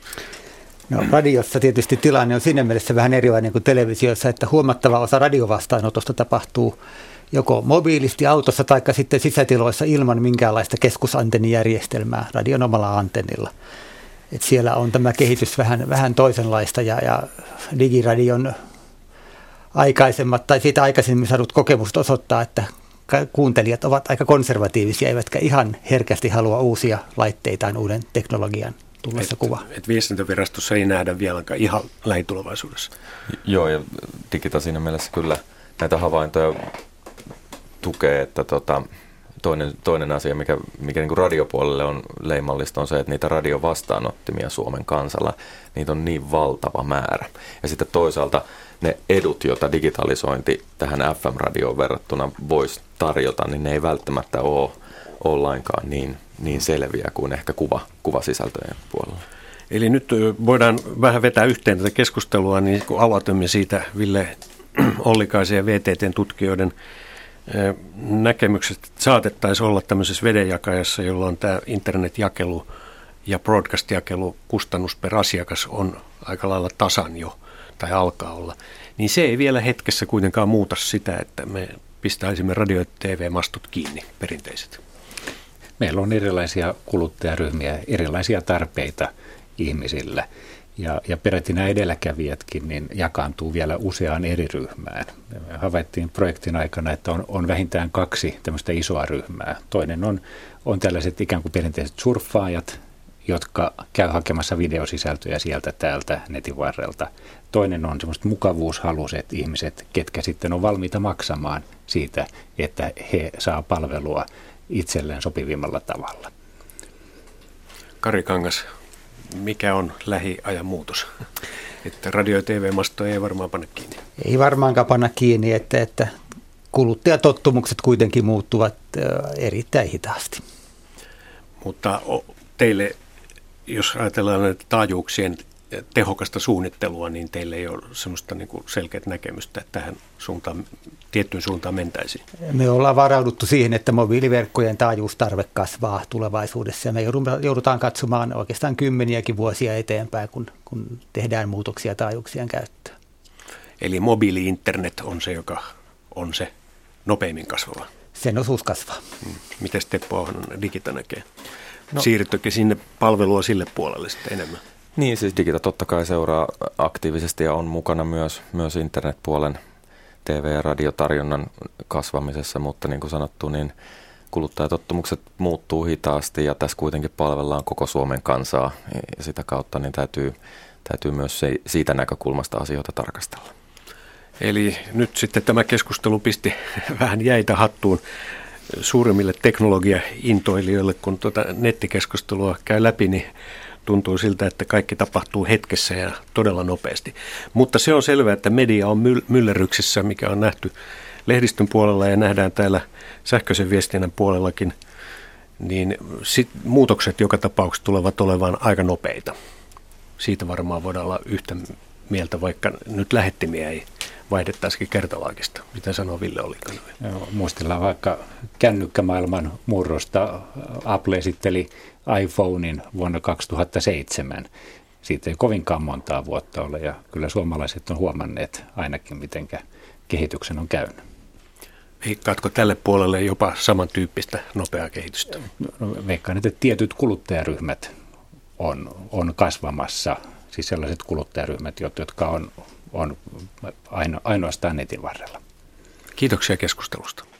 No, radiossa tietysti tilanne on siinä mielessä vähän erilainen kuin televisiossa, että huomattava osa radiovastaanotosta tapahtuu joko mobiilisti autossa tai sitten sisätiloissa ilman minkäänlaista keskusantennijärjestelmää radion omalla antennilla. Et siellä on tämä kehitys vähän toisenlaista ja digiradion aikaisemmat tai siitä aikaisemmin saadut kokemukset osoittaa, että kuuntelijat ovat aika konservatiivisia, eivätkä ihan herkästi halua uusia laitteitaan uuden teknologian tullessa kuvaan.
Viestintävirastossa ei nähdä vielä ihan lähitulevaisuudessa.
Joo, ja Digita siinä mielessä kyllä näitä havaintoja tukee, että toinen asia, mikä niin kuin radiopuolelle on leimallista, on se, että niitä radiovastaanottimia Suomen kansalla, niitä on niin valtava määrä. Ja sitten toisaalta ne edut, joita digitalisointi tähän FM-radioon verrattuna voisi tarjota, niin ne ei välttämättä ole lainkaan niin selviä kuin ehkä kuvasisältöjen puolella.
Eli nyt voidaan vähän vetää yhteen tätä keskustelua, niin kun aloitamme siitä Ville Ollikaisen ja VTT:n tutkijoiden näkemykset, että saatettaisiin olla tämmöisessä vedenjakajassa, jolla on tämä internetjakelu ja broadcast-jakelu kustannus per asiakas on aika lailla tasan jo, tai alkaa olla, niin se ei vielä hetkessä kuitenkaan muuta sitä, että me pistäisimme radio- ja TV-mastot kiinni, perinteiset.
Meillä on erilaisia kuluttajaryhmiä, erilaisia tarpeita ihmisillä. Ja peräti nämä edelläkävijätkin niin jakaantuu vielä useaan eri ryhmään. Me havaittiin projektin aikana, että on vähintään 2 tämmöistä isoa ryhmää. Toinen on tällaiset ikään kuin perinteiset surffaajat, jotka käy hakemassa videosisältöjä sieltä täältä netin varrelta. Toinen on semmoiset mukavuushaluiset ihmiset, ketkä sitten on valmiita maksamaan siitä, että he saa palvelua itselleen sopivimmalla tavalla.
Kari Kangas, mikä on lähiajan muutos? Että radio- ja TV-mastoja ei varmaan panna kiinni.
Ei varmaankaan panna kiinni, että kuluttajatottumukset kuitenkin muuttuvat erittäin hitaasti.
Mutta teille, jos ajatellaan näitä taajuuksien tehokasta suunnittelua, niin teille ei ole semmoista niin kuin selkeät näkemystä, että tähän tiettyyn suuntaan mentäisiin.
Me ollaan varauduttu siihen, että mobiiliverkkojen taajuustarve kasvaa tulevaisuudessa, ja me joudutaan katsomaan oikeastaan kymmeniäkin vuosia eteenpäin, kun tehdään muutoksia taajuuksien käyttöön.
Eli mobiili-internet on se, joka on se nopeimmin kasvava.
Sen osuus kasvaa.
Mites Teppo Ahonen Digita näkee? Siirryttekö sinne palvelua sille puolelle sitten enemmän?
Niin, siis Digita totta kai seuraa aktiivisesti ja on mukana myös internetpuolen TV- ja radiotarjonnan kasvamisessa, mutta niin kuin sanottu, niin kuluttajatottumukset muuttuu hitaasti ja tässä kuitenkin palvellaan koko Suomen kansaa ja sitä kautta niin täytyy myös siitä näkökulmasta asioita tarkastella. Eli
nyt sitten tämä keskustelu pisti vähän jäitä hattuun suurimmille teknologia-intoilijoille, kun nettikeskustelua käy läpi, niin tuntuu siltä, että kaikki tapahtuu hetkessä ja todella nopeasti. Mutta se on selvää, että media on myllerryksissä, mikä on nähty lehdistön puolella ja nähdään täällä sähköisen viestinnän puolellakin, niin muutokset joka tapauksessa tulevat olemaan aika nopeita. Siitä varmaan voidaan olla yhtä mieltä, vaikka nyt lähettimiä ei vaihdettaisikin kertalaakista. Mitä sanoo Ville Ollikainen?
Muistellaan vaikka kännykkämaailman murrosta. Apple esitteli iPhonein vuonna 2007. Siitä ei kovinkaan montaa vuotta ole ja kyllä suomalaiset on huomanneet ainakin, miten kehityksen on käynyt.
Veikkaatko tälle puolelle jopa samantyyppistä nopeaa kehitystä?
Veikkaan, että tietyt kuluttajaryhmät on kasvamassa, siis sellaiset kuluttajaryhmät, jotka on ainoastaan netin varrella.
Kiitoksia keskustelusta.